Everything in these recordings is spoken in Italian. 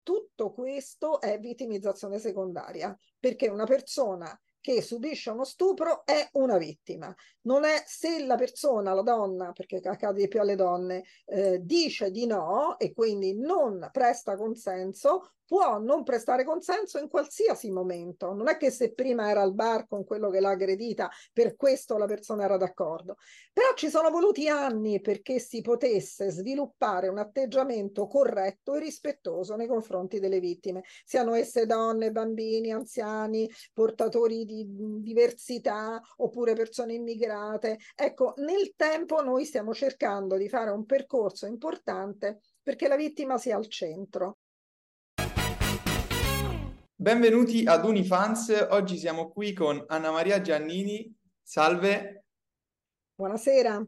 tutto questo è vittimizzazione secondaria, perché una persona che subisce uno stupro è una vittima. Non è se la persona, la donna, perché accade di più alle donne, dice di no e quindi non presta consenso, può non prestare consenso in qualsiasi momento. Non è che se prima era al bar con quello che l'ha aggredita, per questo la persona era d'accordo. Però ci sono voluti anni perché si potesse sviluppare un atteggiamento corretto e rispettoso nei confronti delle vittime, siano esse donne, bambini, anziani, portatori di diversità oppure persone immigrate. Ecco, nel tempo noi stiamo cercando di fare un percorso importante perché la vittima sia al centro. Benvenuti ad Unifans, oggi siamo qui con Anna Maria Giannini. Salve, Buonasera.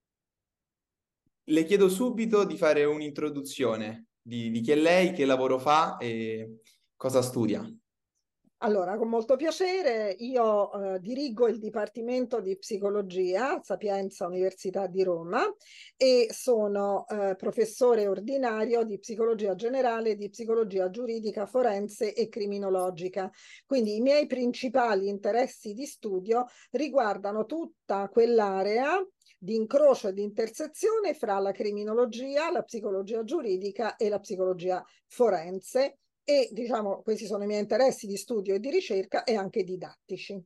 le chiedo subito di fare un'introduzione di chi è lei, che lavoro fa e cosa studia. Allora, con molto piacere, io dirigo il Dipartimento di Psicologia, Sapienza Università di Roma, e sono professore ordinario di Psicologia Generale, di Psicologia Giuridica, Forense e Criminologica. Quindi i miei principali interessi di studio riguardano tutta quell'area di incrocio e di intersezione fra la criminologia, la psicologia giuridica e la psicologia forense, e diciamo questi sono i miei interessi di studio e di ricerca e anche didattici.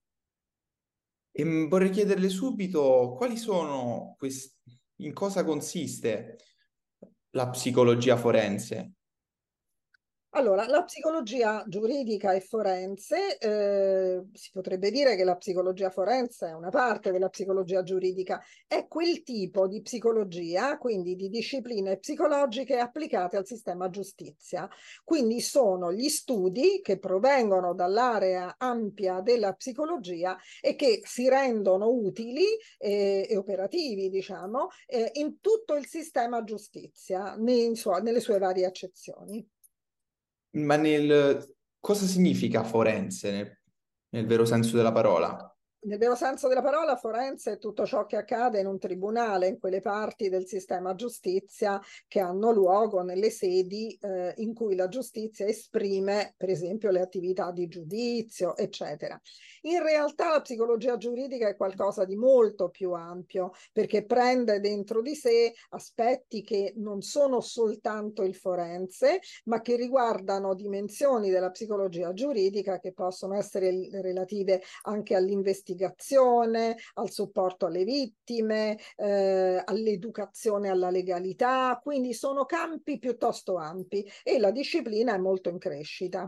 Vorrei chiederle subito quali sono in cosa consiste la psicologia forense. Allora, la psicologia giuridica e forense, si potrebbe dire che la psicologia forense è una parte della psicologia giuridica, è quel tipo di psicologia, quindi di discipline psicologiche applicate al sistema giustizia. Quindi sono gli studi che provengono dall'area ampia della psicologia e che si rendono utili e operativi, diciamo, in tutto il sistema giustizia, nelle sue varie accezioni. Ma cosa significa forense nel vero senso della parola? Nel vero senso della parola, forense è tutto ciò che accade in un tribunale, in quelle parti del sistema giustizia che hanno luogo nelle sedi in cui la giustizia esprime, per esempio, le attività di giudizio, eccetera. In realtà la psicologia giuridica è qualcosa di molto più ampio, perché prende dentro di sé aspetti che non sono soltanto il forense, ma che riguardano dimensioni della psicologia giuridica che possono essere relative anche all'investigazione, al supporto alle vittime, all'educazione alla legalità, quindi sono campi piuttosto ampi e la disciplina è molto in crescita.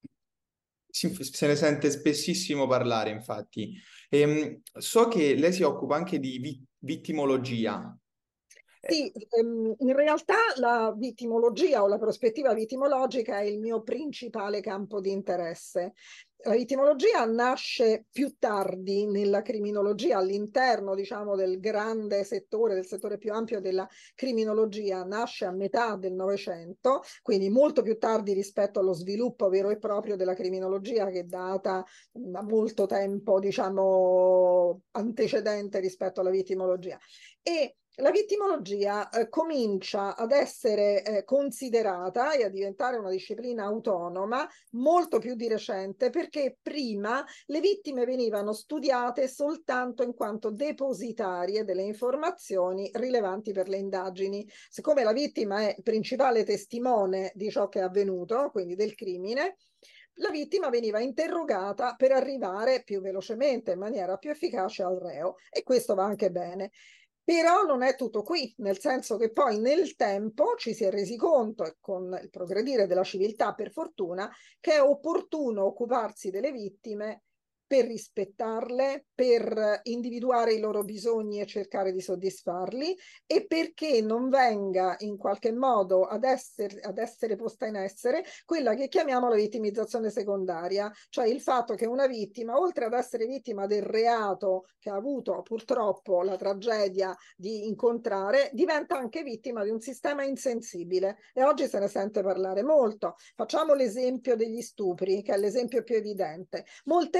Se ne sente spessissimo parlare, infatti. So che lei si occupa anche di vittimologia. Sì, in realtà la vittimologia o la prospettiva vittimologica è il mio principale campo di interesse. La vittimologia nasce più tardi nella criminologia, all'interno, diciamo, del grande settore, del settore più ampio della criminologia, nasce a metà del Novecento, quindi molto più tardi rispetto allo sviluppo vero e proprio della criminologia che data da molto tempo, diciamo, antecedente rispetto alla vittimologia. E la vittimologia comincia ad essere considerata e a diventare una disciplina autonoma molto più di recente, perché prima le vittime venivano studiate soltanto in quanto depositarie delle informazioni rilevanti per le indagini. Siccome la vittima è il principale testimone di ciò che è avvenuto, quindi del crimine, la vittima veniva interrogata per arrivare più velocemente, in maniera più efficace al reo, e questo va anche bene. Però non è tutto qui, nel senso che poi nel tempo ci si è resi conto, e con il progredire della civiltà per fortuna, che è opportuno occuparsi delle vittime per rispettarle, per individuare i loro bisogni e cercare di soddisfarli, e perché non venga in qualche modo ad essere posta in essere quella che chiamiamo la vittimizzazione secondaria, cioè il fatto che una vittima, oltre ad essere vittima del reato che ha avuto purtroppo la tragedia di incontrare, diventa anche vittima di un sistema insensibile, e oggi se ne sente parlare molto. Facciamo l'esempio degli stupri, che è l'esempio più evidente. Molte donne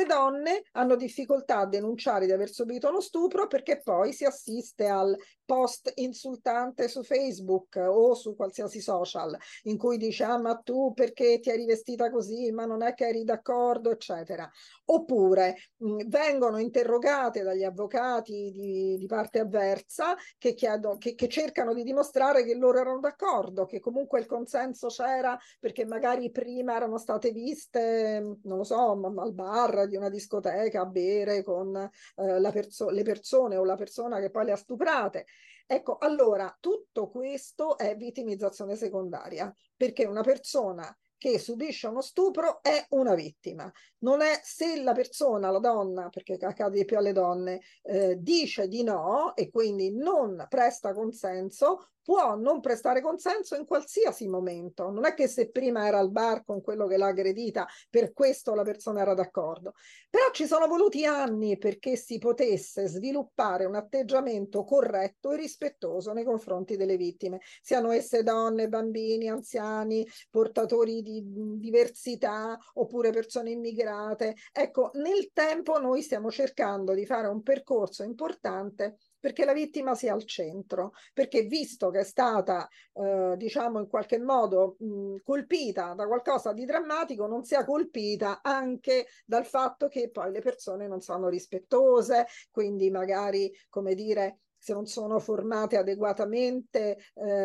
donne hanno difficoltà a denunciare di aver subito uno stupro perché poi si assiste al post insultante su Facebook o su qualsiasi social in cui dice ah ma tu perché ti eri vestita così, ma non è che eri d'accordo, eccetera. Oppure vengono interrogate dagli avvocati di parte avversa che cercano di dimostrare che loro erano d'accordo, che comunque il consenso c'era perché magari prima erano state viste, non lo so, al bar di una discoteca a bere con le persone o la persona che poi le ha stuprate. Ecco, allora tutto questo è vittimizzazione secondaria, perché una persona che subisce uno stupro è una vittima. Non è se la persona, la donna, perché accade di più alle donne, dice di no e quindi non presta consenso, può non prestare consenso in qualsiasi momento. Non è che se prima era al bar con quello che l'ha aggredita, per questo la persona era d'accordo. Però ci sono voluti anni perché si potesse sviluppare un atteggiamento corretto e rispettoso nei confronti delle vittime, siano esse donne, bambini, anziani, portatori di diversità oppure persone immigrate. Ecco, nel tempo noi stiamo cercando di fare un percorso importante perché la vittima sia al centro, perché visto che è stata, diciamo, in qualche modo colpita da qualcosa di drammatico, non sia colpita anche dal fatto che poi le persone non sono rispettose, quindi magari, come dire, se non sono formate adeguatamente,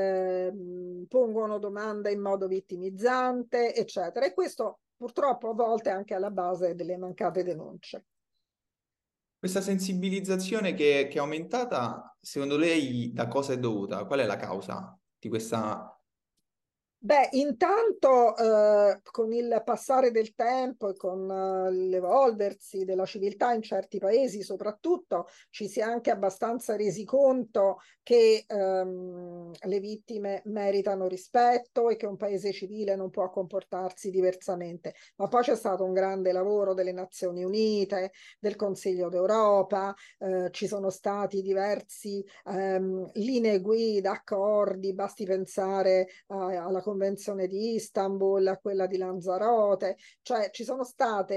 pongono domande in modo vittimizzante, eccetera. E questo purtroppo a volte è anche alla base delle mancate denunce. Questa sensibilizzazione che è aumentata, secondo lei da cosa è dovuta? Qual è la causa di questa... Beh, intanto con il passare del tempo e con l'evolversi della civiltà in certi paesi, soprattutto, ci si è anche abbastanza resi conto che le vittime meritano rispetto e che un paese civile non può comportarsi diversamente. Ma poi c'è stato un grande lavoro delle Nazioni Unite, del Consiglio d'Europa, ci sono stati diversi linee guida, accordi, basti pensare alla Convenzione di Istanbul, a quella di Lanzarote, cioè ci sono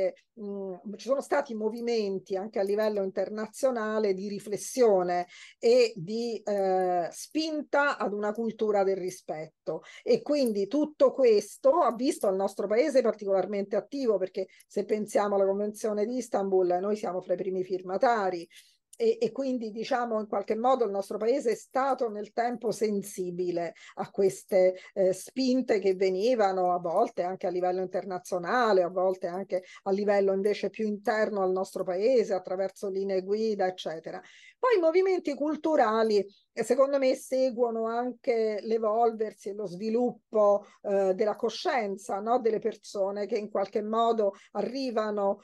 stati movimenti anche a livello internazionale di riflessione e di spinta ad una cultura del rispetto. E quindi tutto questo ha visto il nostro paese particolarmente attivo, perché se pensiamo alla Convenzione di Istanbul, noi siamo fra i primi firmatari. E quindi diciamo in qualche modo il nostro paese è stato nel tempo sensibile a queste spinte che venivano a volte anche a livello internazionale, a volte anche a livello invece più interno al nostro paese attraverso linee guida, eccetera. Poi i movimenti culturali secondo me seguono anche l'evolversi e lo sviluppo della coscienza, no? Delle persone che in qualche modo arrivano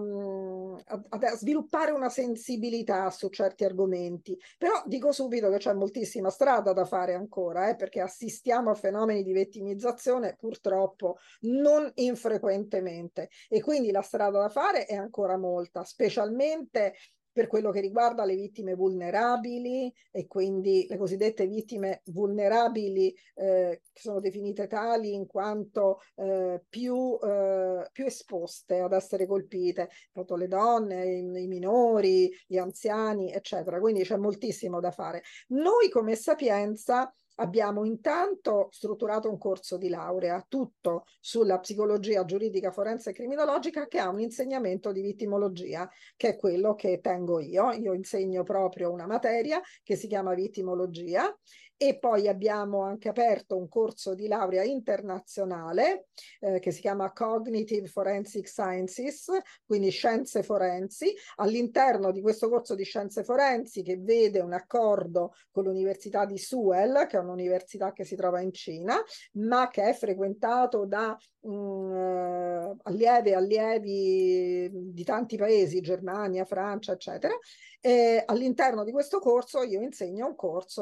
a sviluppare una sensibilità su certi argomenti. Però dico subito che c'è moltissima strada da fare ancora, perché assistiamo a fenomeni di vittimizzazione purtroppo non infrequentemente e quindi la strada da fare è ancora molta, specialmente per quello che riguarda le vittime vulnerabili e quindi le cosiddette vittime vulnerabili che sono definite tali in quanto più esposte ad essere colpite, appunto le donne, i minori, gli anziani, eccetera. Quindi c'è moltissimo da fare. Noi come Sapienza abbiamo intanto strutturato un corso di laurea, tutto sulla psicologia giuridica forense e criminologica, che ha un insegnamento di vittimologia, che è quello che tengo io. Io insegno proprio una materia che si chiama vittimologia e poi abbiamo anche aperto un corso di laurea internazionale che si chiama Cognitive Forensic Sciences, quindi scienze forensi. All'interno di questo corso di scienze forensi, che vede un accordo con l'Università di Sewell, che è un'università che si trova in Cina, ma che è frequentato da allievi e allievi di tanti paesi, Germania, Francia, eccetera. All'interno di questo corso io insegno un corso,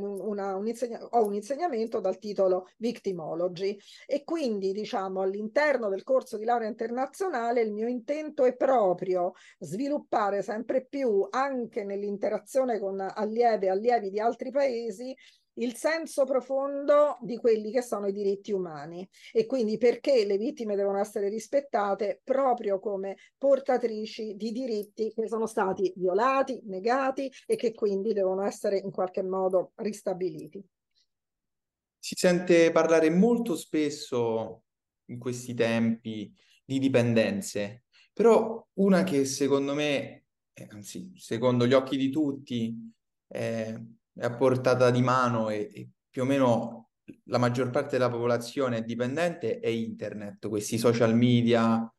ho un insegnamento dal titolo Victimology e quindi diciamo all'interno del corso di laurea internazionale il mio intento è proprio sviluppare sempre più anche nell'interazione con allievi e allievi di altri paesi il senso profondo di quelli che sono i diritti umani e quindi perché le vittime devono essere rispettate proprio come portatrici di diritti che sono stati violati, negati e che quindi devono essere in qualche modo ristabiliti. Si sente parlare molto spesso in questi tempi di dipendenze, però una che secondo me, anzi, secondo gli occhi di tutti, è a portata di mano e più o meno la maggior parte della popolazione è dipendente è internet, questi social media,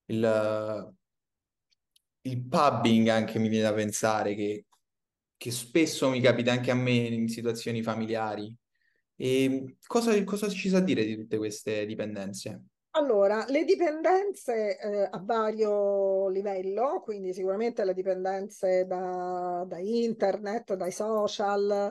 il pubbing anche mi viene da pensare che spesso mi capita anche a me in situazioni familiari. E cosa ci sa dire di tutte queste dipendenze? Allora, le dipendenze a vario livello, quindi sicuramente le dipendenze da internet, dai social,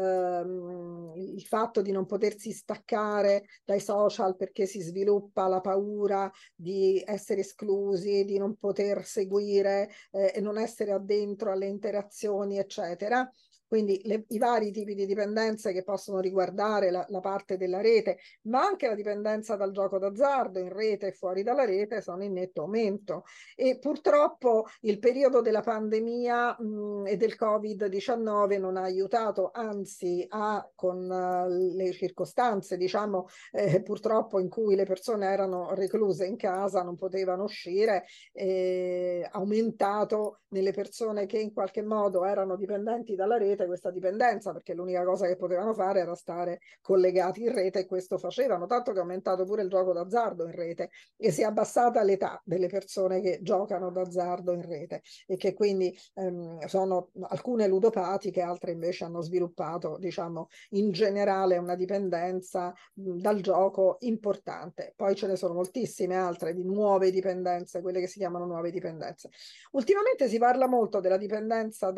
il fatto di non potersi staccare dai social perché si sviluppa la paura di essere esclusi, di non poter seguire e non essere addentro alle interazioni, eccetera. Quindi i vari tipi di dipendenze che possono riguardare la parte della rete, ma anche la dipendenza dal gioco d'azzardo in rete e fuori dalla rete sono in netto aumento. E purtroppo il periodo della pandemia e del Covid-19 non ha aiutato, anzi con le circostanze, diciamo, purtroppo in cui le persone erano recluse in casa, non potevano uscire, aumentato nelle persone che in qualche modo erano dipendenti dalla rete questa dipendenza, perché l'unica cosa che potevano fare era stare collegati in rete e questo facevano, tanto che è aumentato pure il gioco d'azzardo in rete e si è abbassata l'età delle persone che giocano d'azzardo in rete e che quindi sono alcune ludopatiche, altre invece hanno sviluppato, diciamo, in generale una dipendenza dal gioco importante. Poi ce ne sono moltissime altre di nuove dipendenze, quelle che si chiamano nuove dipendenze. Ultimamente si parla molto della dipendenza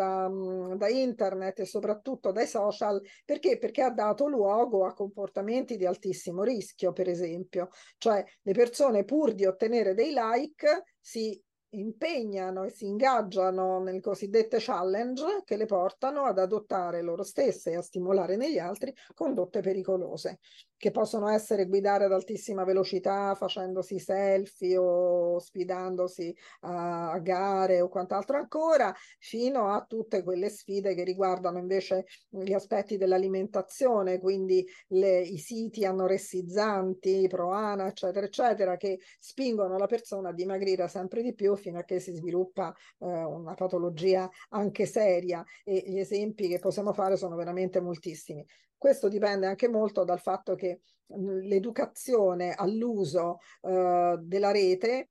da internet e soprattutto dai social perché? Perché ha dato luogo a comportamenti di altissimo rischio, per esempio, cioè le persone pur di ottenere dei like si impegnano e si ingaggiano nelle cosiddette challenge che le portano ad adottare loro stesse e a stimolare negli altri condotte pericolose, che possono essere guidare ad altissima velocità facendosi selfie o sfidandosi a gare o quant'altro ancora, fino a tutte quelle sfide che riguardano invece gli aspetti dell'alimentazione, quindi i siti anoressizzanti, Proana, eccetera, eccetera, che spingono la persona a dimagrire sempre di più fino a che si sviluppa una patologia anche seria e gli esempi che possiamo fare sono veramente moltissimi. Questo dipende anche molto dal fatto che l'educazione all'uso della rete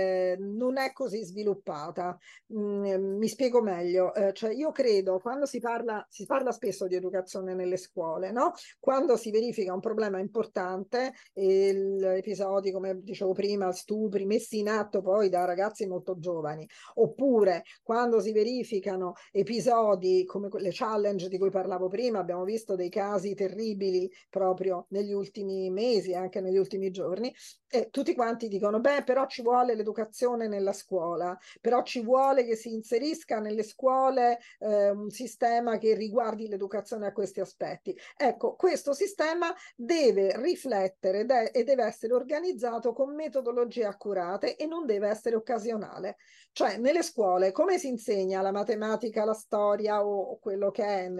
non è così sviluppata. Mi spiego meglio. Cioè io credo, quando si parla spesso di educazione nelle scuole, no? Quando si verifica un problema importante, episodi, come dicevo prima, stupri messi in atto poi da ragazzi molto giovani, oppure quando si verificano episodi come le challenge di cui parlavo prima, abbiamo visto dei casi terribili proprio negli ultimi mesi, anche negli ultimi giorni, e tutti quanti dicono, beh, però ci vuole l'educazione nella scuola, però ci vuole che si inserisca nelle scuole un sistema che riguardi l'educazione a questi aspetti. Ecco, questo sistema deve riflettere e deve essere organizzato con metodologie accurate e non deve essere occasionale. Cioè, nelle scuole, come si insegna la matematica, la storia o quello che è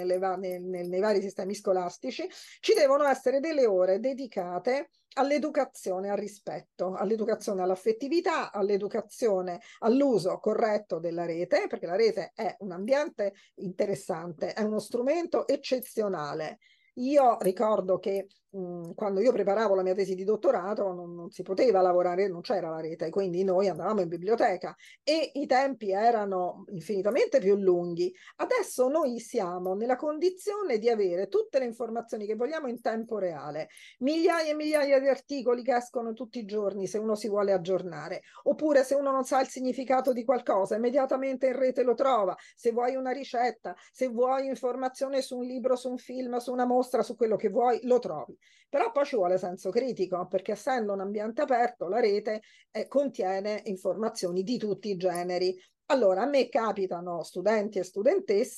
nei vari sistemi scolastici, ci devono essere delle ore dedicate all'educazione al rispetto, all'educazione all'affettività, all'educazione all'uso corretto della rete, perché la rete è un ambiente interessante, è uno strumento eccezionale. Io ricordo che quando io preparavo la mia tesi di dottorato non si poteva lavorare, non c'era la rete, quindi noi andavamo in biblioteca e i tempi erano infinitamente più lunghi. Adesso noi siamo nella condizione di avere tutte le informazioni che vogliamo in tempo reale, migliaia e migliaia di articoli che escono tutti i giorni se uno si vuole aggiornare, oppure se uno non sa il significato di qualcosa, immediatamente in rete lo trova, se vuoi una ricetta, se vuoi informazione su un libro, su un film, su una mostra, su quello che vuoi, lo trovi. Però poi ci vuole senso critico, perché essendo un ambiente aperto, la rete contiene informazioni di tutti i generi. Allora, a me capitano studenti e studentesse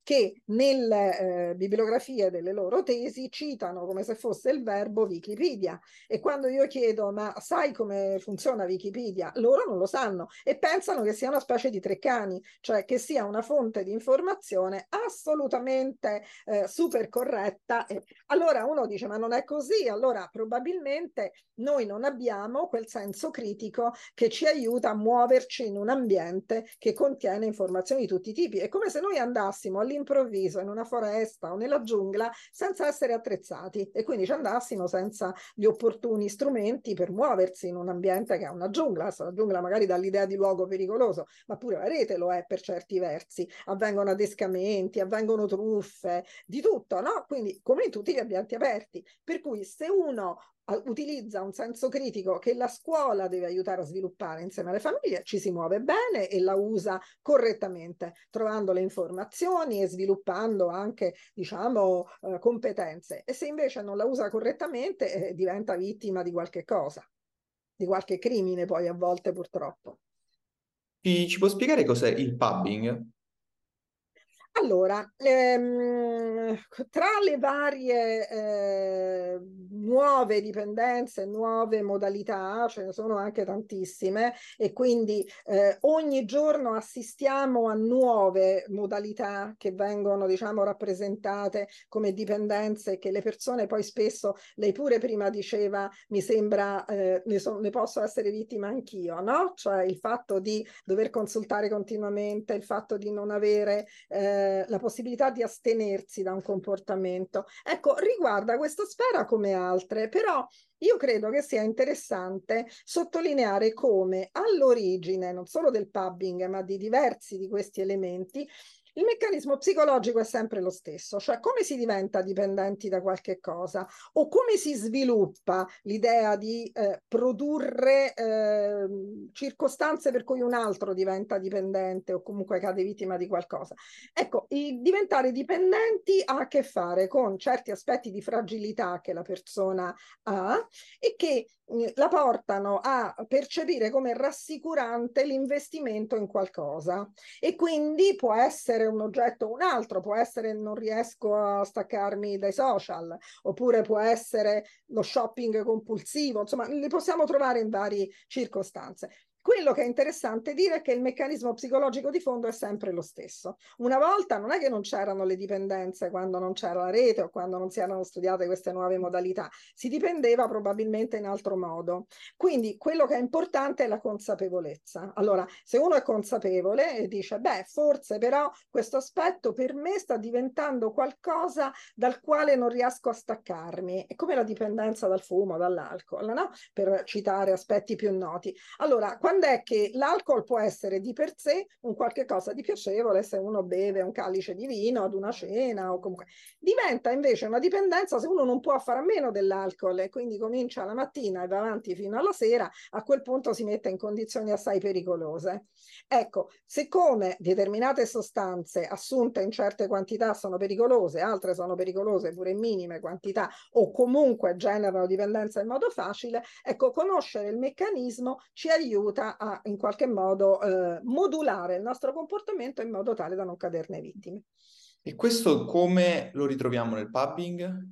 che nelle bibliografie delle loro tesi citano come se fosse il verbo Wikipedia. E quando io chiedo, ma sai come funziona Wikipedia? Loro non lo sanno e pensano che sia una specie di Treccani, cioè che sia una fonte di informazione assolutamente super corretta. E allora uno dice, ma non è così? Allora probabilmente noi non abbiamo quel senso critico che ci aiuta a muoverci in un ambiente che contiene informazioni di tutti i tipi. È come se noi andassimo all'improvviso in una foresta o nella giungla senza essere attrezzati e quindi ci andassimo senza gli opportuni strumenti per muoversi in un ambiente che è una giungla. La giungla magari dà l'idea di luogo pericoloso, ma pure la rete lo è per certi versi. Avvengono adescamenti, avvengono truffe, di tutto, no? Quindi come in tutti gli ambienti aperti. Per cui se uno utilizza un senso critico che la scuola deve aiutare a sviluppare insieme alle famiglie, ci si muove bene e la usa correttamente, trovando le informazioni e sviluppando anche, diciamo, competenze. E se invece non la usa correttamente, diventa vittima di qualche cosa, di qualche crimine poi a volte purtroppo. Ci può spiegare cos'è il pubbing? Allora, tra le varie nuove dipendenze, nuove modalità, ce ne sono anche tantissime e quindi ogni giorno assistiamo a nuove modalità che vengono, diciamo, rappresentate come dipendenze che le persone poi spesso, lei pure prima diceva, mi sembra, ne posso essere vittima anch'io, no? Cioè il fatto di dover consultare continuamente, il fatto di non avere la possibilità di astenersi da un comportamento. Ecco, riguarda questa sfera come altre, però io credo che sia interessante sottolineare come all'origine, non solo del pubbing, ma di diversi di questi elementi, il meccanismo psicologico è sempre lo stesso, cioè come si diventa dipendenti da qualche cosa o come si sviluppa l'idea di produrre circostanze per cui un altro diventa dipendente o comunque cade vittima di qualcosa. Ecco, il diventare dipendenti ha a che fare con certi aspetti di fragilità che la persona ha e che la portano a percepire come rassicurante l'investimento in qualcosa e quindi può essere un oggetto o un altro, può essere non riesco a staccarmi dai social, oppure può essere lo shopping compulsivo, insomma, li possiamo trovare in varie circostanze. Quello che è interessante dire è che il meccanismo psicologico di fondo è sempre lo stesso. Una volta non è che non c'erano le dipendenze quando non c'era la rete o quando non si erano studiate queste nuove modalità, si dipendeva probabilmente in altro modo. Quindi quello che è importante è la consapevolezza. Allora, se uno è consapevole e dice, beh, forse però questo aspetto per me sta diventando qualcosa dal quale non riesco a staccarmi, è come la dipendenza dal fumo, dall'alcol, no? Per citare aspetti più noti. Allora, quando è che l'alcol può essere di per sé un qualche cosa di piacevole se uno beve un calice di vino ad una cena o comunque diventa invece una dipendenza se uno non può fare a meno dell'alcol e quindi comincia la mattina e va avanti fino alla sera, a quel punto si mette in condizioni assai pericolose. Ecco, siccome determinate sostanze assunte in certe quantità sono pericolose, altre sono pericolose pure in minime quantità o comunque generano dipendenza in modo facile, ecco, conoscere il meccanismo ci aiuta a in qualche modo modulare il nostro comportamento in modo tale da non caderne vittime. E questo come lo ritroviamo nel pubbing?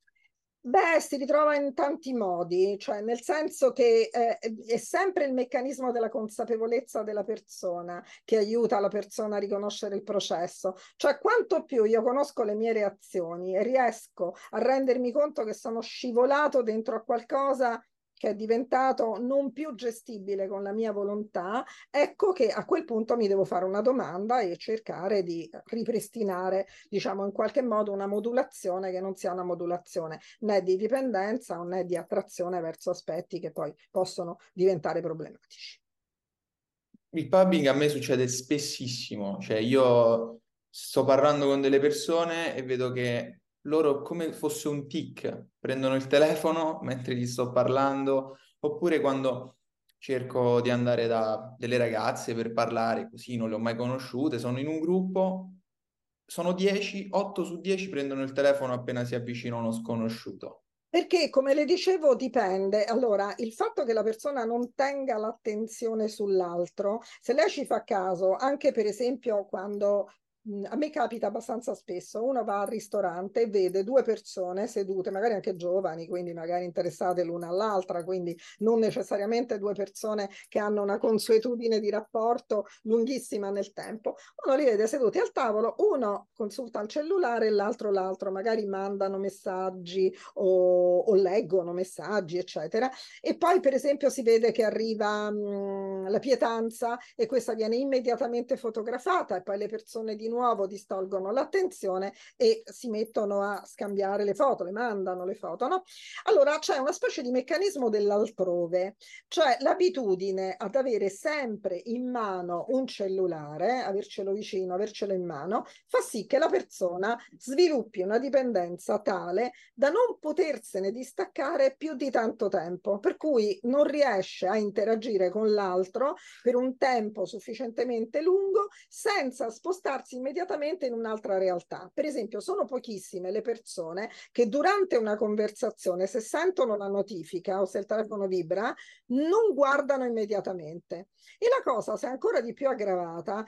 Beh, si ritrova in tanti modi, cioè nel senso che è sempre il meccanismo della consapevolezza della persona che aiuta la persona a riconoscere il processo. Cioè, quanto più io conosco le mie reazioni e riesco a rendermi conto che sono scivolato dentro a qualcosa che è diventato non più gestibile con la mia volontà, ecco che a quel punto mi devo fare una domanda e cercare di ripristinare, diciamo, in qualche modo una modulazione che non sia una modulazione né di dipendenza né di attrazione verso aspetti che poi possono diventare problematici. Il pubbing a me succede spessissimo, cioè io sto parlando con delle persone e vedo che loro come fosse un tic, prendono il telefono mentre gli sto parlando, oppure quando cerco di andare da delle ragazze per parlare, così non le ho mai conosciute, sono in un gruppo, sono 10, 8 su 10 prendono il telefono appena si avvicina uno sconosciuto. Perché, come le dicevo, dipende. Allora, il fatto che la persona non tenga l'attenzione sull'altro, se lei ci fa caso, anche per esempio quando a me capita abbastanza spesso, uno va al ristorante e vede due persone sedute, magari anche giovani, quindi magari interessate l'una all'altra, quindi non necessariamente due persone che hanno una consuetudine di rapporto lunghissima nel tempo. Uno li vede seduti al tavolo, uno consulta il cellulare e l'altro, magari mandano messaggi o leggono messaggi, eccetera. E poi, per esempio, si vede che arriva la pietanza e questa viene immediatamente fotografata e poi le persone di nuovo distolgono l'attenzione e si mettono a scambiare le foto, le mandano le foto, no? Allora c'è una specie di meccanismo dell'altrove, cioè l'abitudine ad avere sempre in mano un cellulare, avercelo vicino, avercelo in mano, fa sì che la persona sviluppi una dipendenza tale da non potersene distaccare più di tanto tempo, per cui non riesce a interagire con l'altro per un tempo sufficientemente lungo senza spostarsi immediatamente in un'altra realtà. Per esempio, sono pochissime le persone che durante una conversazione, se sentono la notifica o se il telefono vibra, non guardano immediatamente. E la cosa si è ancora di più aggravata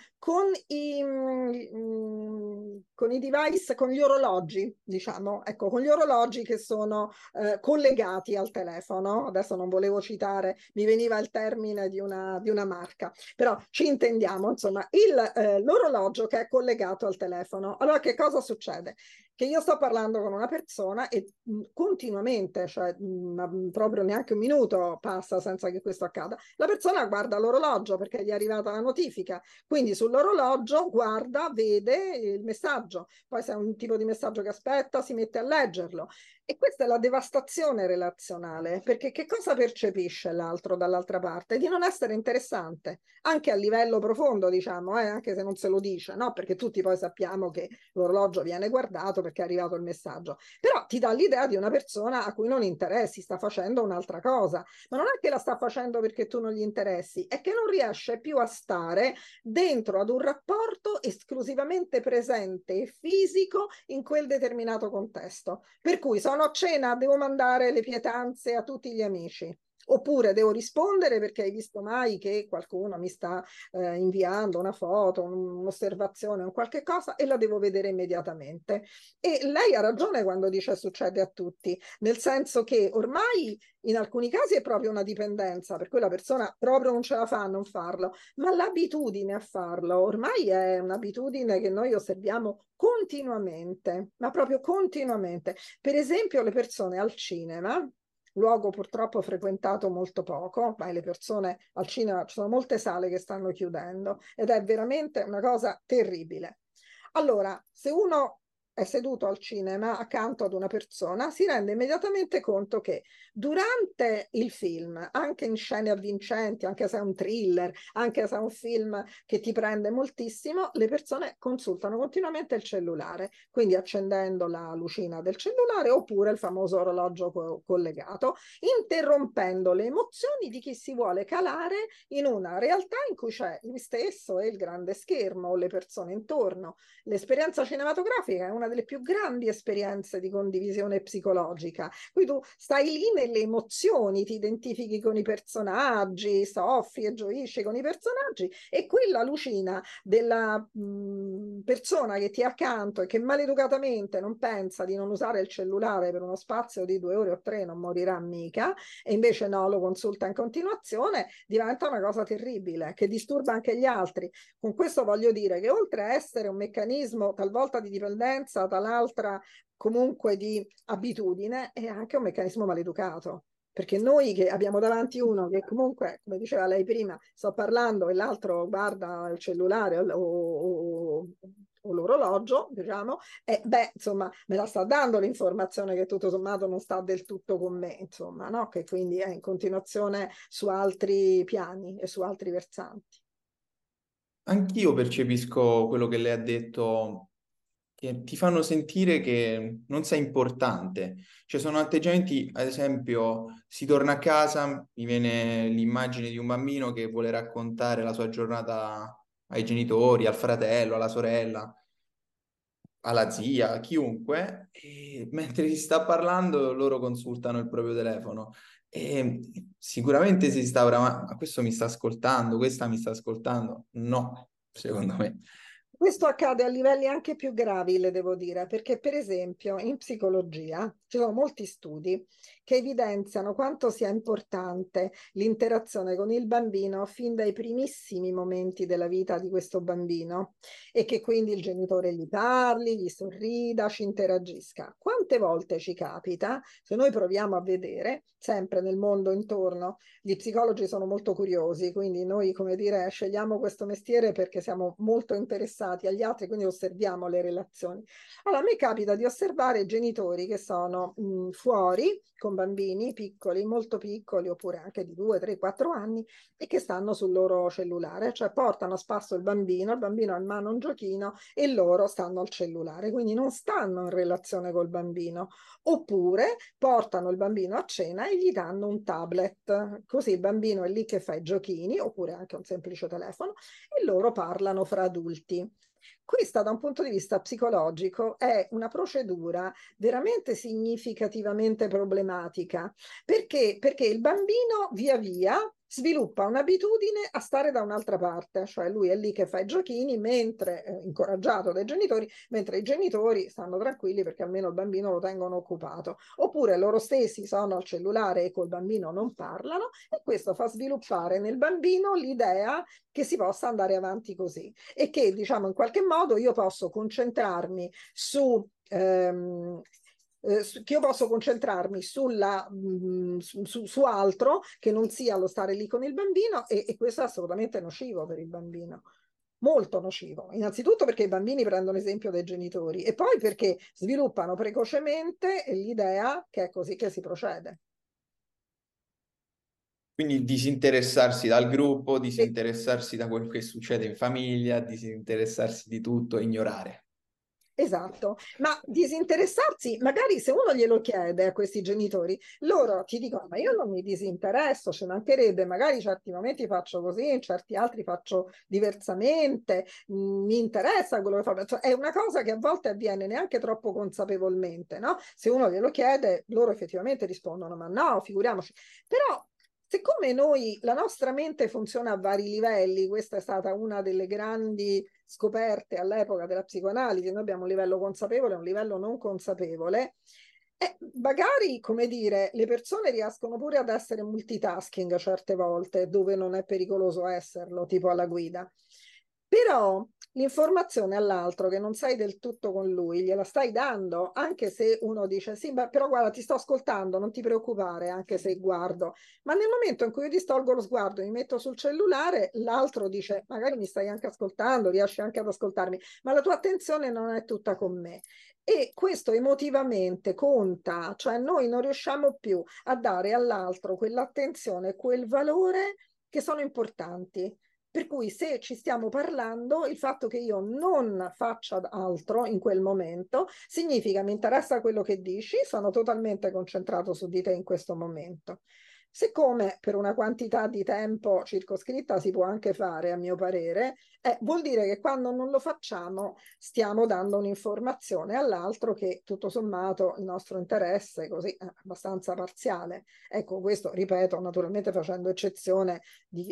con i device, con gli orologi, diciamo, ecco, con gli orologi che sono collegati al telefono. Adesso non volevo citare, mi veniva il termine di una marca, però ci intendiamo, insomma, l'orologio che è collegato al telefono. Allora, che cosa succede? Che io sto parlando con una persona e continuamente, cioè proprio neanche un minuto passa senza che questo accada, la persona guarda l'orologio perché gli è arrivata la notifica, quindi sull'orologio guarda, vede il messaggio, poi se è un tipo di messaggio che aspetta si mette a leggerlo. E questa è la devastazione relazionale, perché che cosa percepisce l'altro dall'altra parte? Di non essere interessante, anche a livello profondo, diciamo, anche se non se lo dice, no? Perché tutti poi sappiamo che l'orologio viene guardato perché è arrivato il messaggio, però ti dà l'idea di una persona a cui non interessi, sta facendo un'altra cosa, ma non è che la sta facendo perché tu non gli interessi, è che non riesce più a stare dentro ad un rapporto esclusivamente presente e fisico in quel determinato contesto. Per cui sono a cena, devo mandare le pietanze a tutti gli amici. Oppure devo rispondere perché hai visto mai che qualcuno mi sta inviando una foto, un'osservazione, un qualche cosa e la devo vedere immediatamente. E lei ha ragione quando dice succede a tutti, nel senso che ormai in alcuni casi è proprio una dipendenza, per cui la persona proprio non ce la fa a non farlo, ma l'abitudine a farlo ormai è un'abitudine che noi osserviamo continuamente, ma proprio continuamente. Per esempio, le persone al cinema, luogo purtroppo frequentato molto poco, ma le persone al cinema, ci sono molte sale che stanno chiudendo ed è veramente una cosa terribile. Allora, se uno è seduto al cinema accanto ad una persona, si rende immediatamente conto che durante il film, anche in scene avvincenti, anche se è un thriller, anche se è un film che ti prende moltissimo, le persone consultano continuamente il cellulare, quindi accendendo la lucina del cellulare oppure il famoso orologio collegato, interrompendo le emozioni di chi si vuole calare in una realtà in cui c'è lui stesso e il grande schermo, le persone intorno. L'esperienza cinematografica è una delle più grandi esperienze di condivisione psicologica. Qui tu stai lì nelle emozioni, ti identifichi con i personaggi, soffri e gioisci con i personaggi e quella lucina della persona che ti è accanto e che maleducatamente non pensa di non usare il cellulare per uno spazio di 2 ore o 3, non morirà mica, e invece no, lo consulta in continuazione, diventa una cosa terribile che disturba anche gli altri. Con questo voglio dire che oltre a essere un meccanismo talvolta di dipendenza, tal'altra comunque di abitudine, è anche un meccanismo maleducato. Perché noi che abbiamo davanti uno che comunque, come diceva lei prima, sto parlando e l'altro guarda il cellulare o l'orologio, diciamo, e beh, insomma, me la sta dando l'informazione che tutto sommato non sta del tutto con me, insomma, no? Che quindi è in continuazione su altri piani e su altri versanti. Anch'io percepisco quello che lei ha detto, che ti fanno sentire che non sei importante. Cioè sono atteggiamenti, ad esempio, si torna a casa, mi viene l'immagine di un bambino che vuole raccontare la sua giornata ai genitori, al fratello, alla sorella, alla zia, a chiunque, e mentre si sta parlando loro consultano il proprio telefono. E sicuramente si sta ora, ma questo mi sta ascoltando, questa mi sta ascoltando? No, secondo me. Questo accade a livelli anche più gravi, le devo dire, perché per esempio in psicologia ci sono molti studi che evidenziano quanto sia importante l'interazione con il bambino fin dai primissimi momenti della vita di questo bambino e che quindi il genitore gli parli, gli sorrida, ci interagisca. Quante volte ci capita, se noi proviamo a vedere, sempre nel mondo intorno, gli psicologi sono molto curiosi, quindi noi, come dire, scegliamo questo mestiere perché siamo molto interessati agli altri, quindi osserviamo le relazioni. Allora, a me capita di osservare genitori che sono fuori con bambini piccoli, molto piccoli, oppure anche di 2, 3, 4 anni, e che stanno sul loro cellulare, cioè portano a spasso il bambino ha in mano un giochino e loro stanno al cellulare, quindi non stanno in relazione col bambino. Oppure portano il bambino a cena e gli danno un tablet, così il bambino è lì che fa i giochini, oppure anche un semplice telefono, e loro parlano fra adulti. Questa, da un punto di vista psicologico, è una procedura veramente significativamente problematica. Perché il bambino via via sviluppa un'abitudine a stare da un'altra parte, cioè lui è lì che fa i giochini, mentre incoraggiato dai genitori, mentre i genitori stanno tranquilli perché almeno il bambino lo tengono occupato. Oppure loro stessi sono al cellulare e col bambino non parlano, e questo fa sviluppare nel bambino l'idea che si possa andare avanti così e che, diciamo, in qualche modo io posso concentrarmi che io posso concentrarmi su altro che non sia lo stare lì con il bambino, e questo è assolutamente nocivo per il bambino. Molto nocivo, innanzitutto perché i bambini prendono esempio dai genitori e poi perché sviluppano precocemente l'idea che è così che si procede. Quindi disinteressarsi dal gruppo, disinteressarsi da quello che succede in famiglia, disinteressarsi di tutto, ignorare. Esatto, ma disinteressarsi, magari se uno glielo chiede a questi genitori, loro ti dicono: ma io non mi disinteresso, ci mancherebbe, magari in certi momenti faccio così, in certi altri faccio diversamente, mi interessa quello che faccio. Cioè, è una cosa che a volte avviene neanche troppo consapevolmente, no? Se uno glielo chiede, loro effettivamente rispondono: ma no, figuriamoci. Però siccome noi, la nostra mente funziona a vari livelli, questa è stata una delle grandi scoperte all'epoca della psicoanalisi, noi abbiamo un livello consapevole e un livello non consapevole, e magari, come dire, le persone riescono pure ad essere multitasking certe volte, dove non è pericoloso esserlo, tipo alla guida. Però l'informazione all'altro che non sei del tutto con lui, gliela stai dando, anche se uno dice: sì, beh, però guarda, ti sto ascoltando, non ti preoccupare, anche se guardo. Ma nel momento in cui io distolgo lo sguardo e mi metto sul cellulare, l'altro dice: magari mi stai anche ascoltando, riesci anche ad ascoltarmi, ma la tua attenzione non è tutta con me. E questo emotivamente conta, cioè noi non riusciamo più a dare all'altro quell'attenzione, quel valore che sono importanti. Per cui se ci stiamo parlando, il fatto che io non faccia altro in quel momento significa mi interessa quello che dici, sono totalmente concentrato su di te in questo momento. Siccome per una quantità di tempo circoscritta si può anche fare, a mio parere, vuol dire che quando non lo facciamo stiamo dando un'informazione all'altro che tutto sommato il nostro interesse così è abbastanza parziale. Ecco, questo ripeto, naturalmente facendo eccezione di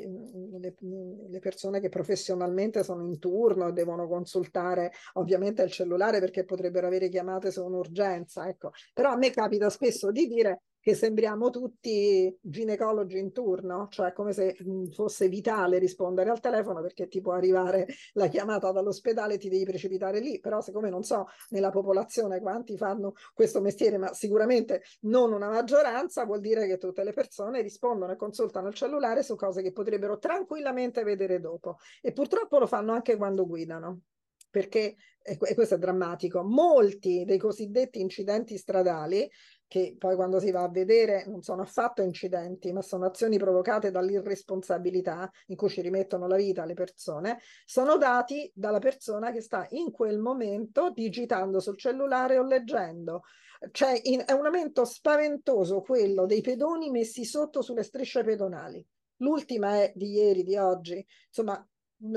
le persone che professionalmente sono in turno e devono consultare ovviamente il cellulare perché potrebbero avere chiamate su un'urgenza, ecco. Però a me capita spesso di dire che sembriamo tutti ginecologi in turno, cioè come se fosse vitale rispondere al telefono perché ti può arrivare la chiamata dall'ospedale e ti devi precipitare lì, però siccome non so nella popolazione quanti fanno questo mestiere, ma sicuramente non una maggioranza, vuol dire che tutte le persone rispondono e consultano il cellulare su cose che potrebbero tranquillamente vedere dopo, e purtroppo lo fanno anche quando guidano, perché, e questo è drammatico, molti dei cosiddetti incidenti stradali, che poi quando si va a vedere non sono affatto incidenti, ma sono azioni provocate dall'irresponsabilità in cui ci rimettono la vita le persone, sono dati dalla persona che sta in quel momento digitando sul cellulare o leggendo. Cioè, è un aumento spaventoso quello dei pedoni messi sotto sulle strisce pedonali. L'ultima è di ieri, di oggi, insomma,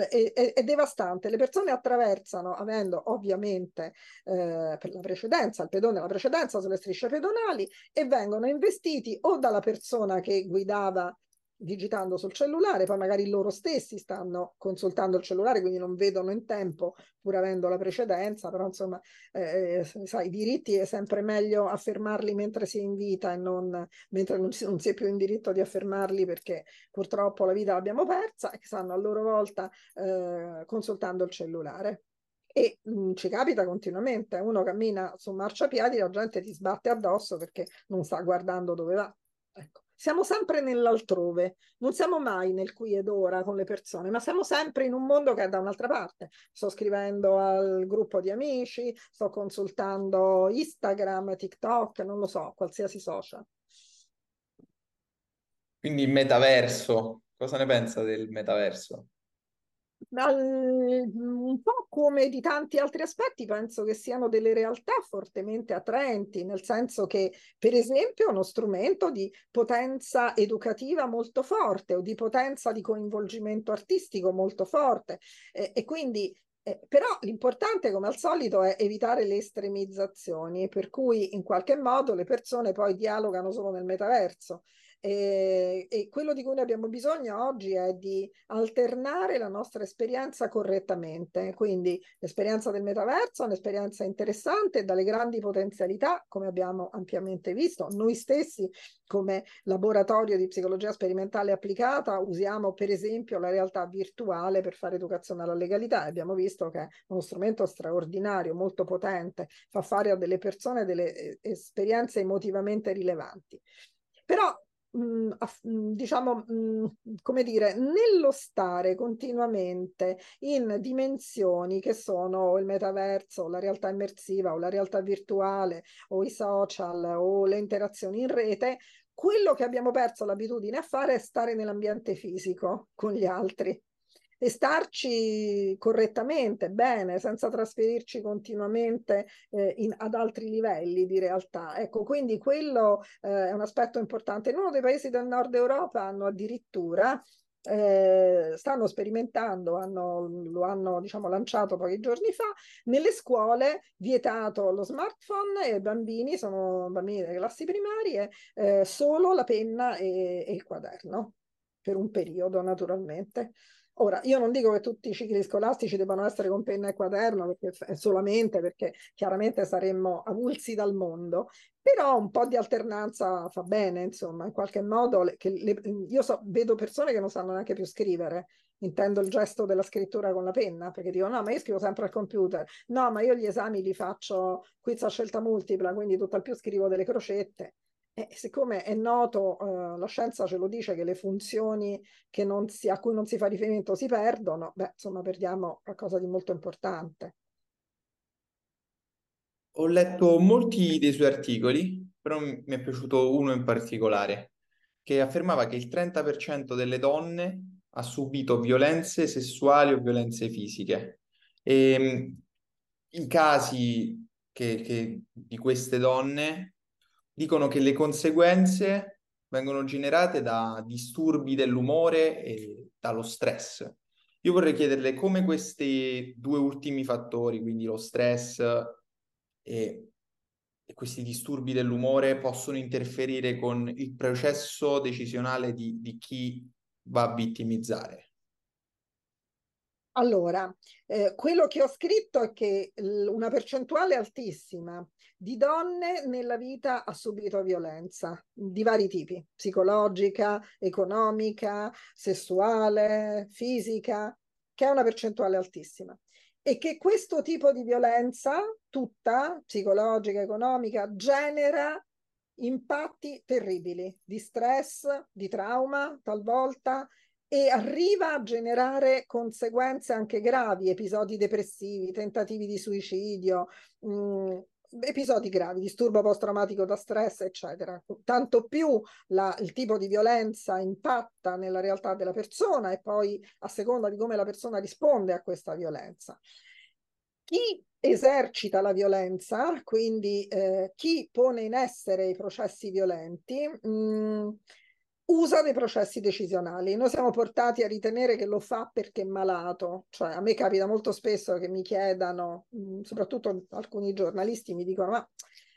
è devastante. Le persone attraversano, avendo ovviamente per la precedenza, il pedone la precedenza sulle strisce pedonali, e vengono investiti o dalla persona che guidava digitando sul cellulare, poi magari loro stessi stanno consultando il cellulare, quindi non vedono in tempo, pur avendo la precedenza, però insomma, sai, i diritti è sempre meglio affermarli mentre si è in vita e non mentre non si è più in diritto di affermarli, perché purtroppo la vita l'abbiamo persa e stanno a loro volta consultando il cellulare. E ci capita continuamente, uno cammina su marciapiedi, la gente ti sbatte addosso perché non sta guardando dove va. Ecco. Siamo sempre nell'altrove, non siamo mai nel qui ed ora con le persone, ma siamo sempre in un mondo che è da un'altra parte. Sto scrivendo al gruppo di amici, sto consultando Instagram, TikTok, non lo so, qualsiasi social. Quindi il metaverso, cosa ne pensa del metaverso? Un po' come di tanti altri aspetti, penso che siano delle realtà fortemente attraenti, nel senso che, per esempio, è uno strumento di potenza educativa molto forte o di potenza di coinvolgimento artistico molto forte. E quindi però l'importante, come al solito, è evitare le estremizzazioni, per cui in qualche modo le persone poi dialogano solo nel metaverso. E quello di cui noi abbiamo bisogno oggi è di alternare la nostra esperienza correttamente. Quindi l'esperienza del metaverso è un'esperienza interessante, dalle grandi potenzialità, come abbiamo ampiamente visto. Noi stessi, come laboratorio di psicologia sperimentale applicata, usiamo per esempio la realtà virtuale per fare educazione alla legalità. Abbiamo visto che è uno strumento straordinario, molto potente, fa fare a delle persone delle esperienze emotivamente rilevanti. Però diciamo, come dire, nello stare continuamente in dimensioni che sono il metaverso, la realtà immersiva o la realtà virtuale o i social o le interazioni in rete, quello che abbiamo perso l'abitudine a fare è stare nell'ambiente fisico con gli altri e starci correttamente, bene, senza trasferirci continuamente ad altri livelli di realtà. Ecco, quindi quello è un aspetto importante. In uno dei paesi del nord Europa hanno addirittura stanno sperimentando, lo hanno diciamo, lanciato pochi giorni fa, nelle scuole vietato lo smartphone e i bambini, sono bambini delle classi primarie, solo la penna e il quaderno, per un periodo naturalmente. Ora, io non dico che tutti i cicli scolastici debbano essere con penna e quaderno, perché solamente perché chiaramente saremmo avulsi dal mondo, però un po' di alternanza fa bene, insomma, in qualche modo. Io vedo persone che non sanno neanche più scrivere, intendo il gesto della scrittura con la penna, perché dico no, ma io scrivo sempre al computer, no, ma io gli esami li faccio quiz a scelta multipla, quindi tutt'al più scrivo delle crocette. E siccome è noto, la scienza ce lo dice, che le funzioni a cui non si fa riferimento si perdono, beh, insomma, perdiamo qualcosa di molto importante. Ho letto molti dei suoi articoli, però mi è piaciuto uno in particolare, che affermava che il 30% delle donne ha subito violenze sessuali o violenze fisiche. E i casi di queste donne dicono che le conseguenze vengono generate da disturbi dell'umore e dallo stress. Io vorrei chiederle come questi due ultimi fattori, quindi lo stress e, e questi disturbi dell'umore, possono interferire con il processo decisionale di chi va a vittimizzare. Allora, quello che ho scritto è che una percentuale altissima di donne nella vita ha subito violenza di vari tipi, psicologica, economica, sessuale, fisica, che è una percentuale altissima. E che questo tipo di violenza, tutta psicologica, economica, genera impatti terribili di stress, di trauma talvolta, e arriva a generare conseguenze anche gravi, episodi depressivi, tentativi di suicidio, episodi gravi, disturbo post-traumatico da stress, eccetera. Tanto più il tipo di violenza impatta nella realtà della persona e poi a seconda di come la persona risponde a questa violenza. Chi esercita la violenza, quindi chi pone in essere i processi violenti, usa dei processi decisionali. Noi siamo portati a ritenere che lo fa perché è malato, cioè a me capita molto spesso che mi chiedano, soprattutto alcuni giornalisti mi dicono, ma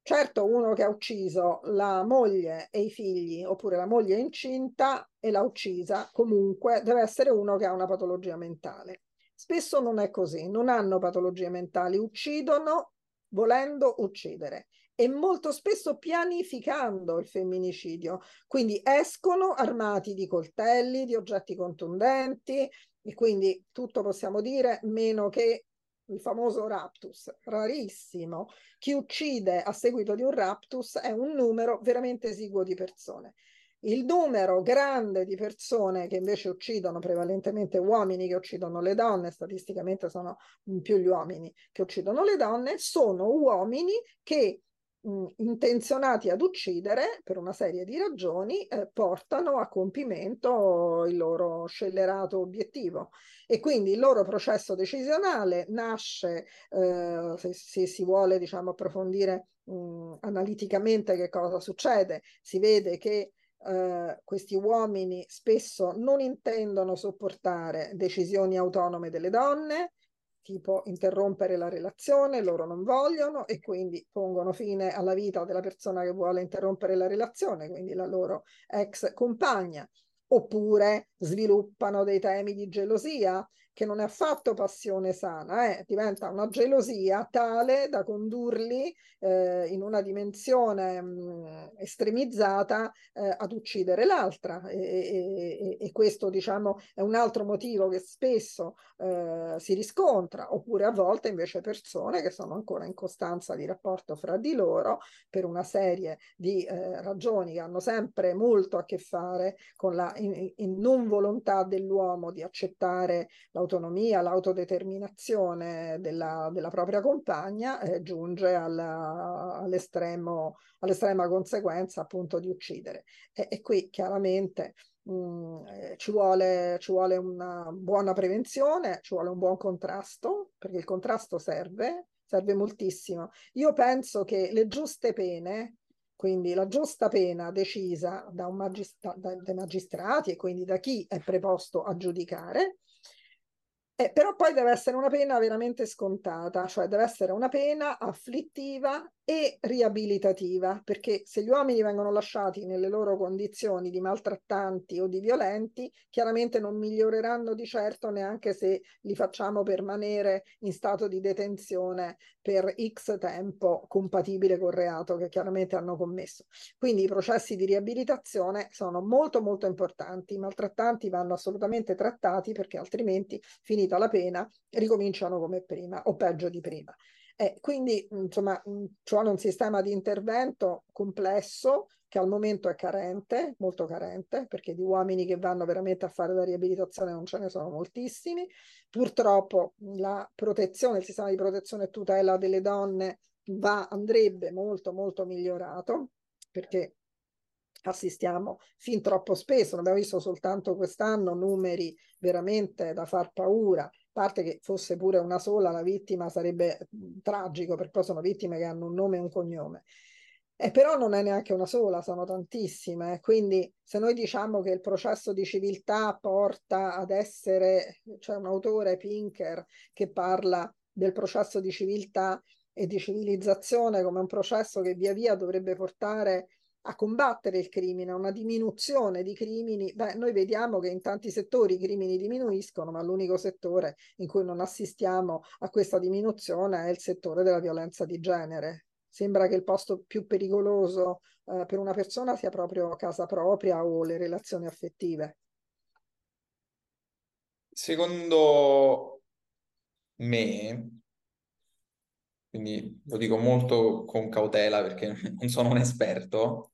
Certo, uno che ha ucciso la moglie e i figli, oppure la moglie è incinta e l'ha uccisa, comunque deve essere uno che ha una patologia mentale. Spesso non è così, non hanno patologie mentali, uccidono volendo uccidere e molto spesso pianificando il femminicidio. Quindi escono armati di coltelli, di oggetti contundenti, e quindi tutto possiamo dire meno che il famoso raptus, rarissimo. Chi uccide a seguito di un raptus è un numero veramente esiguo di persone. Il numero grande di persone che invece uccidono, prevalentemente uomini che uccidono le donne, statisticamente sono più gli uomini che uccidono le donne, sono uomini che intenzionati ad uccidere per una serie di ragioni, portano a compimento il loro scellerato obiettivo. E quindi il loro processo decisionale nasce, se si vuole diciamo, approfondire analiticamente che cosa succede, si vede che questi uomini spesso non intendono sopportare decisioni autonome delle donne, tipo interrompere la relazione, loro non vogliono e quindi pongono fine alla vita della persona che vuole interrompere la relazione, quindi la loro ex compagna, oppure sviluppano dei temi di gelosia che non è affatto passione sana, diventa una gelosia tale da condurli in una dimensione estremizzata ad uccidere l'altra e questo diciamo è un altro motivo che spesso si riscontra, oppure a volte invece persone che sono ancora in costanza di rapporto fra di loro per una serie di ragioni che hanno sempre molto a che fare con la non volontà dell'uomo di accettare l'autonomia, l'autodeterminazione della propria compagna, giunge all'estrema conseguenza appunto di uccidere. E qui chiaramente ci vuole una buona prevenzione, ci vuole un buon contrasto, perché il contrasto serve moltissimo. Io penso che le giuste pene, quindi la giusta pena decisa dai magistrati e quindi da chi è preposto a giudicare, però poi deve essere una pena veramente scontata, cioè deve essere una pena afflittiva e riabilitativa, perché se gli uomini vengono lasciati nelle loro condizioni di maltrattanti o di violenti, chiaramente non miglioreranno di certo neanche se li facciamo permanere in stato di detenzione per X tempo compatibile col reato che chiaramente hanno commesso. Quindi i processi di riabilitazione sono molto molto importanti, i maltrattanti vanno assolutamente trattati perché altrimenti finita la pena ricominciano come prima o peggio di prima. Quindi, insomma, ci vuole un sistema di intervento complesso che al momento è carente, molto carente, perché di uomini che vanno veramente a fare la riabilitazione non ce ne sono moltissimi. Purtroppo la protezione, il sistema di protezione e tutela delle donne andrebbe molto, molto migliorato, perché assistiamo fin troppo spesso, ne abbiamo visto soltanto quest'anno numeri veramente da far paura. A parte che fosse pure una sola la vittima sarebbe tragico, perché poi sono vittime che hanno un nome e un cognome. Però non è neanche una sola, sono tantissime. Quindi se noi diciamo che il processo di civiltà porta ad essere, c'è un autore, Pinker, che parla del processo di civiltà e di civilizzazione come un processo che via via dovrebbe portare a combattere il crimine, a una diminuzione di crimini. Beh, noi vediamo che in tanti settori i crimini diminuiscono, ma l'unico settore in cui non assistiamo a questa diminuzione è il settore della violenza di genere. Sembra che il posto più pericoloso per una persona sia proprio casa propria o le relazioni affettive. Secondo me, quindi lo dico molto con cautela perché non sono un esperto,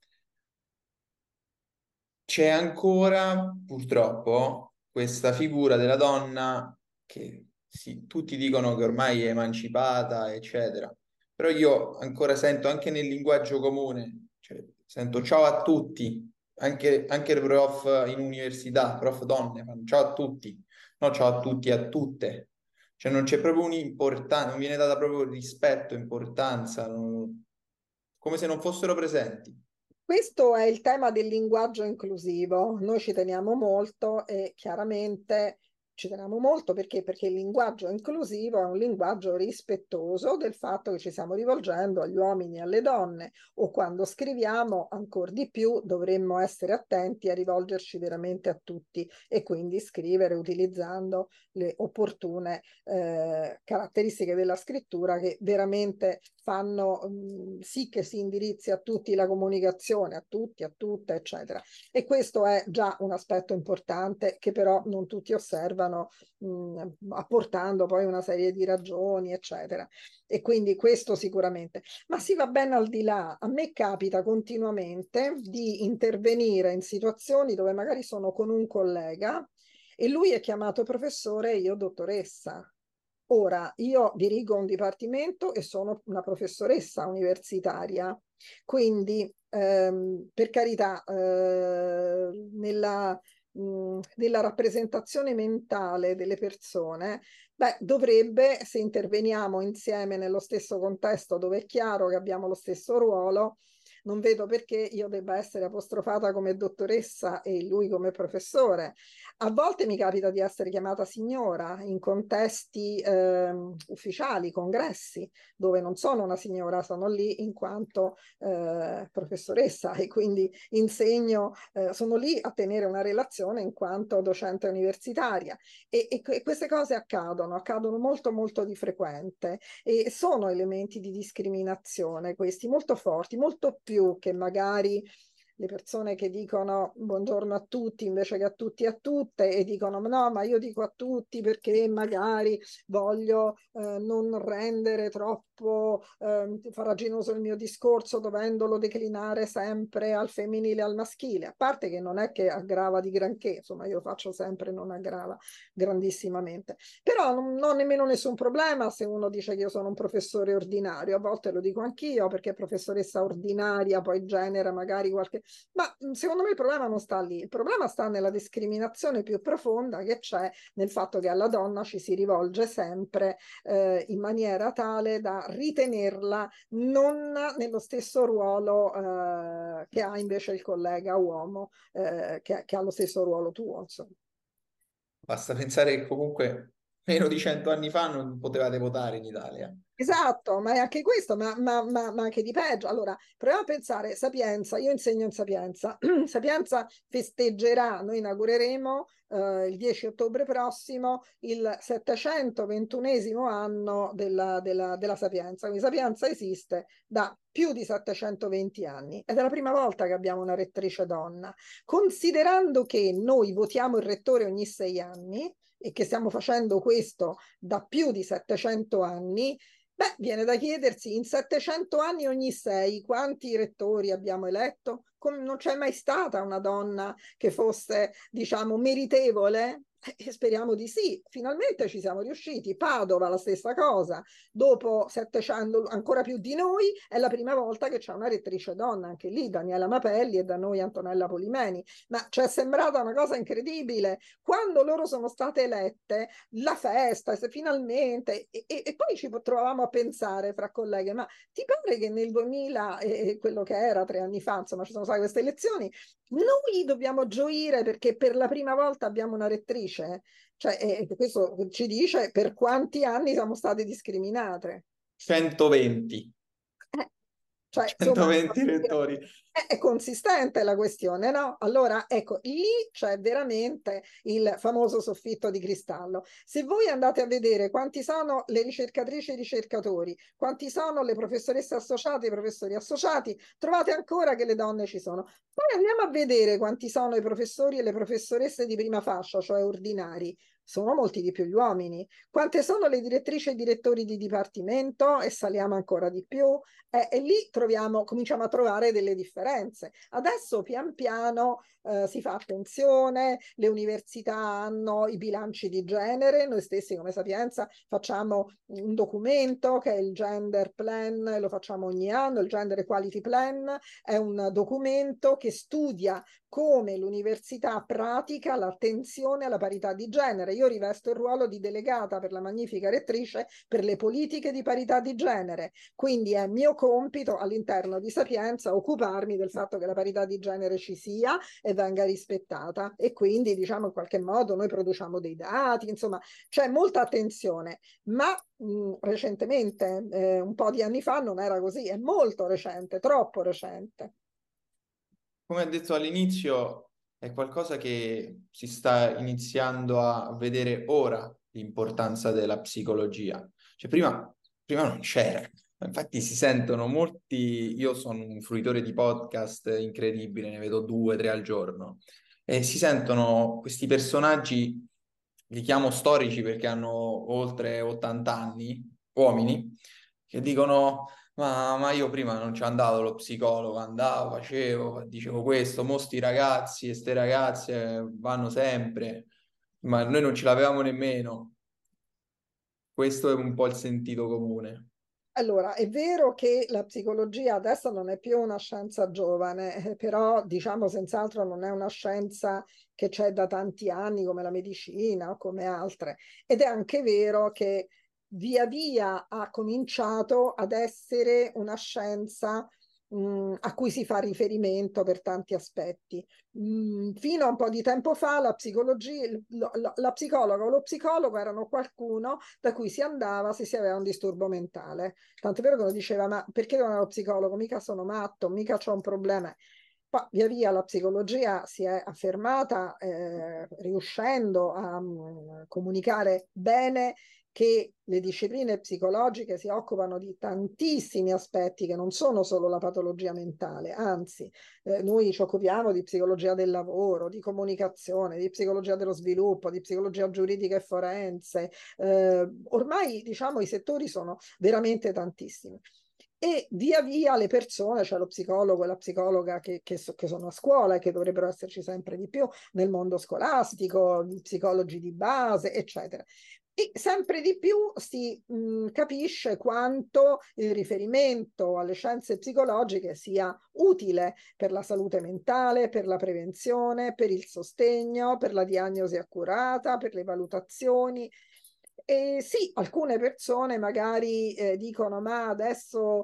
c'è ancora purtroppo questa figura della donna che sì, tutti dicono che ormai è emancipata, eccetera, però io ancora sento anche nel linguaggio comune, cioè, sento ciao a tutti, anche il prof in università, prof donne, fanno ciao a tutti, no ciao a tutti e a tutte, cioè non c'è proprio un'importanza, non viene data proprio rispetto, importanza, come se non fossero presenti. Questo è il tema del linguaggio inclusivo. Noi ci teniamo molto e chiaramente ci teniamo molto perché il linguaggio inclusivo è un linguaggio rispettoso del fatto che ci stiamo rivolgendo agli uomini e alle donne, o quando scriviamo ancora di più dovremmo essere attenti a rivolgerci veramente a tutti e quindi scrivere utilizzando le opportune caratteristiche della scrittura che veramente fanno sì che si indirizzi a tutti la comunicazione, a tutti, a tutte, eccetera. E questo è già un aspetto importante che però non tutti osservano, apportando poi una serie di ragioni, eccetera. E quindi questo sicuramente. Ma si va ben al di là. A me capita continuamente di intervenire in situazioni dove magari sono con un collega e lui è chiamato professore e io dottoressa. Ora, io dirigo un dipartimento e sono una professoressa universitaria, quindi per carità, nella rappresentazione mentale delle persone, beh, dovrebbe, se interveniamo insieme nello stesso contesto dove è chiaro che abbiamo lo stesso ruolo, non vedo perché io debba essere apostrofata come dottoressa e lui come professore. A volte mi capita di essere chiamata signora in contesti ufficiali, congressi, dove non sono una signora, sono lì in quanto professoressa e quindi insegno, sono lì a tenere una relazione in quanto docente universitaria. E queste cose accadono molto molto di frequente e sono elementi di discriminazione questi molto forti, molto più che magari le persone che dicono buongiorno a tutti invece che a tutti e a tutte e dicono no, ma io dico a tutti perché magari voglio non rendere troppo farraginoso il mio discorso dovendolo declinare sempre al femminile e al maschile, a parte che non è che aggrava di granché, insomma io faccio sempre non aggrava grandissimamente, però non ho nemmeno nessun problema se uno dice che io sono un professore ordinario, a volte lo dico anch'io perché professoressa ordinaria poi genera magari qualche ma secondo me il problema non sta lì, il problema sta nella discriminazione più profonda che c'è nel fatto che alla donna ci si rivolge sempre in maniera tale da ritenerla non nello stesso ruolo che ha invece il collega uomo che ha lo stesso ruolo tuo, insomma. Basta pensare che comunque meno di 100 anni fa non potevate votare in Italia. Esatto, ma è anche questo, ma anche di peggio. Allora, proviamo a pensare, Sapienza, io insegno in Sapienza, Sapienza festeggerà, noi inaugureremo il 10 ottobre prossimo il 721esimo anno della Sapienza, quindi Sapienza esiste da più di 720 anni ed è la prima volta che abbiamo una rettrice donna. Considerando che noi votiamo il rettore ogni 6 anni e che stiamo facendo questo da più di 700 anni, beh, viene da chiedersi, in 700 anni ogni 6, quanti rettori abbiamo eletto? Non c'è mai stata una donna che fosse, diciamo, meritevole? Speriamo di sì, finalmente ci siamo riusciti. Padova la stessa cosa, dopo 700, ancora più di noi, è la prima volta che c'è una rettrice donna, anche lì Daniela Mapelli e da noi Antonella Polimeni, ma ci è sembrata una cosa incredibile. Quando loro sono state elette, la festa, finalmente, e poi ci trovavamo a pensare fra colleghe, ma ti pare che nel 2000, quello che era 3 anni fa, insomma ci sono state queste elezioni, noi dobbiamo gioire perché per la prima volta abbiamo una rettrice? Cioè, questo ci dice per quanti anni siamo state discriminate. 120. Eh, cioè, insomma, 120 elettori. è consistente la questione, no? Allora, ecco, lì c'è veramente il famoso soffitto di cristallo. Se voi andate a vedere quanti sono le ricercatrici e i ricercatori, quanti sono le professoresse associate e i professori associati, trovate ancora che le donne ci sono. Poi andiamo a vedere quanti sono i professori e le professoresse di prima fascia, cioè ordinari. Sono molti di più gli uomini. Quante sono le direttrici e i direttori di dipartimento? E saliamo ancora di più. E lì cominciamo a trovare delle differenze. Adesso pian piano si fa attenzione, le università hanno i bilanci di genere, noi stessi come Sapienza facciamo un documento che è il Gender Plan, lo facciamo ogni anno, il Gender Equality Plan è un documento che studia come l'università pratica l'attenzione alla parità di genere. Io rivesto il ruolo di delegata per la magnifica rettrice per le politiche di parità di genere, quindi è mio compito all'interno di Sapienza occuparmi del fatto che la parità di genere ci sia e venga rispettata, e quindi diciamo in qualche modo noi produciamo dei dati, insomma c'è molta attenzione, ma recentemente, un po' di anni fa non era così, è molto recente, troppo recente. Come ho detto all'inizio, è qualcosa che si sta iniziando a vedere ora, l'importanza della psicologia. Cioè, prima non c'era. Infatti si sentono molti, io sono un fruitore di podcast incredibile, ne vedo 2 o 3 al giorno, e si sentono questi personaggi, li chiamo storici perché hanno oltre 80 anni, uomini, che dicono ma io prima non ci andavo lo psicologo, andavo, facevo, dicevo questo, mo sti ragazzi e ste ragazze vanno sempre, ma noi non ce l'avevamo nemmeno. Questo è un po' il sentito comune. Allora, è vero che la psicologia adesso non è più una scienza giovane, però diciamo senz'altro non è una scienza che c'è da tanti anni come la medicina o come altre. Ed è anche vero che via via ha cominciato ad essere una scienza a cui si fa riferimento per tanti aspetti. Fino a un po' di tempo fa la psicologia, la psicologa o lo psicologo erano qualcuno da cui si andava se si aveva un disturbo mentale. Tanto è vero che uno diceva, ma perché devo andare allo psicologo? Mica sono matto, mica c'ho un problema. Poi via via la psicologia si è affermata, riuscendo a comunicare bene che le discipline psicologiche si occupano di tantissimi aspetti che non sono solo la patologia mentale, anzi, noi ci occupiamo di psicologia del lavoro, di comunicazione, di psicologia dello sviluppo, di psicologia giuridica e forense. Ormai, diciamo, i settori sono veramente tantissimi. E via via le persone, cioè lo psicologo e la psicologa che sono a scuola e che dovrebbero esserci sempre di più nel mondo scolastico, gli psicologi di base, eccetera. E sempre di più si capisce quanto il riferimento alle scienze psicologiche sia utile per la salute mentale, per la prevenzione, per il sostegno, per la diagnosi accurata, per le valutazioni. E sì, alcune persone magari dicono, ma adesso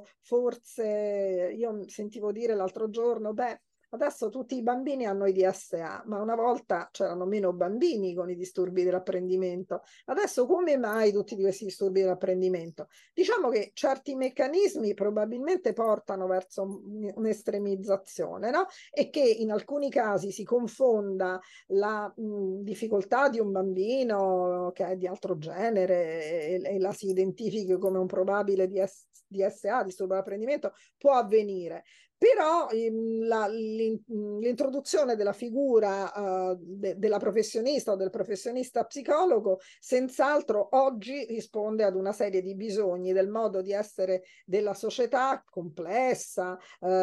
forse, io sentivo dire l'altro giorno, beh, adesso tutti i bambini hanno i DSA, ma una volta c'erano meno bambini con i disturbi dell'apprendimento. Adesso come mai tutti questi disturbi dell'apprendimento? Diciamo che certi meccanismi probabilmente portano verso un'estremizzazione, no? E che in alcuni casi si confonda la difficoltà di un bambino che è di altro genere e la si identifichi come un probabile DSA, disturbo dell'apprendimento, può avvenire. Però l'introduzione della figura della professionista o del professionista psicologo senz'altro oggi risponde ad una serie di bisogni del modo di essere della società complessa,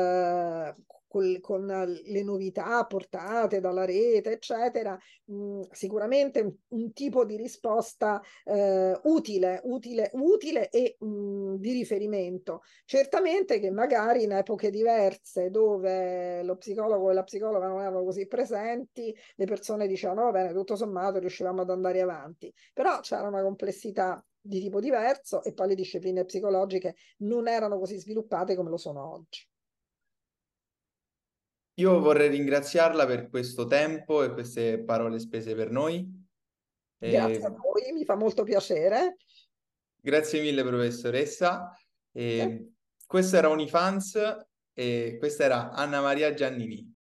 con le novità portate dalla rete, eccetera, sicuramente un tipo di risposta utile e di riferimento. Certamente che magari in epoche diverse dove lo psicologo e la psicologa non erano così presenti, le persone dicevano va bene, tutto sommato riuscivamo ad andare avanti, però c'era una complessità di tipo diverso e poi le discipline psicologiche non erano così sviluppate come lo sono oggi. Io vorrei ringraziarla per questo tempo e queste parole spese per noi. Grazie a E voi, mi fa molto piacere. grazie mille, professoressa. Grazie. Questo era Unifans e questa era Anna Maria Giannini.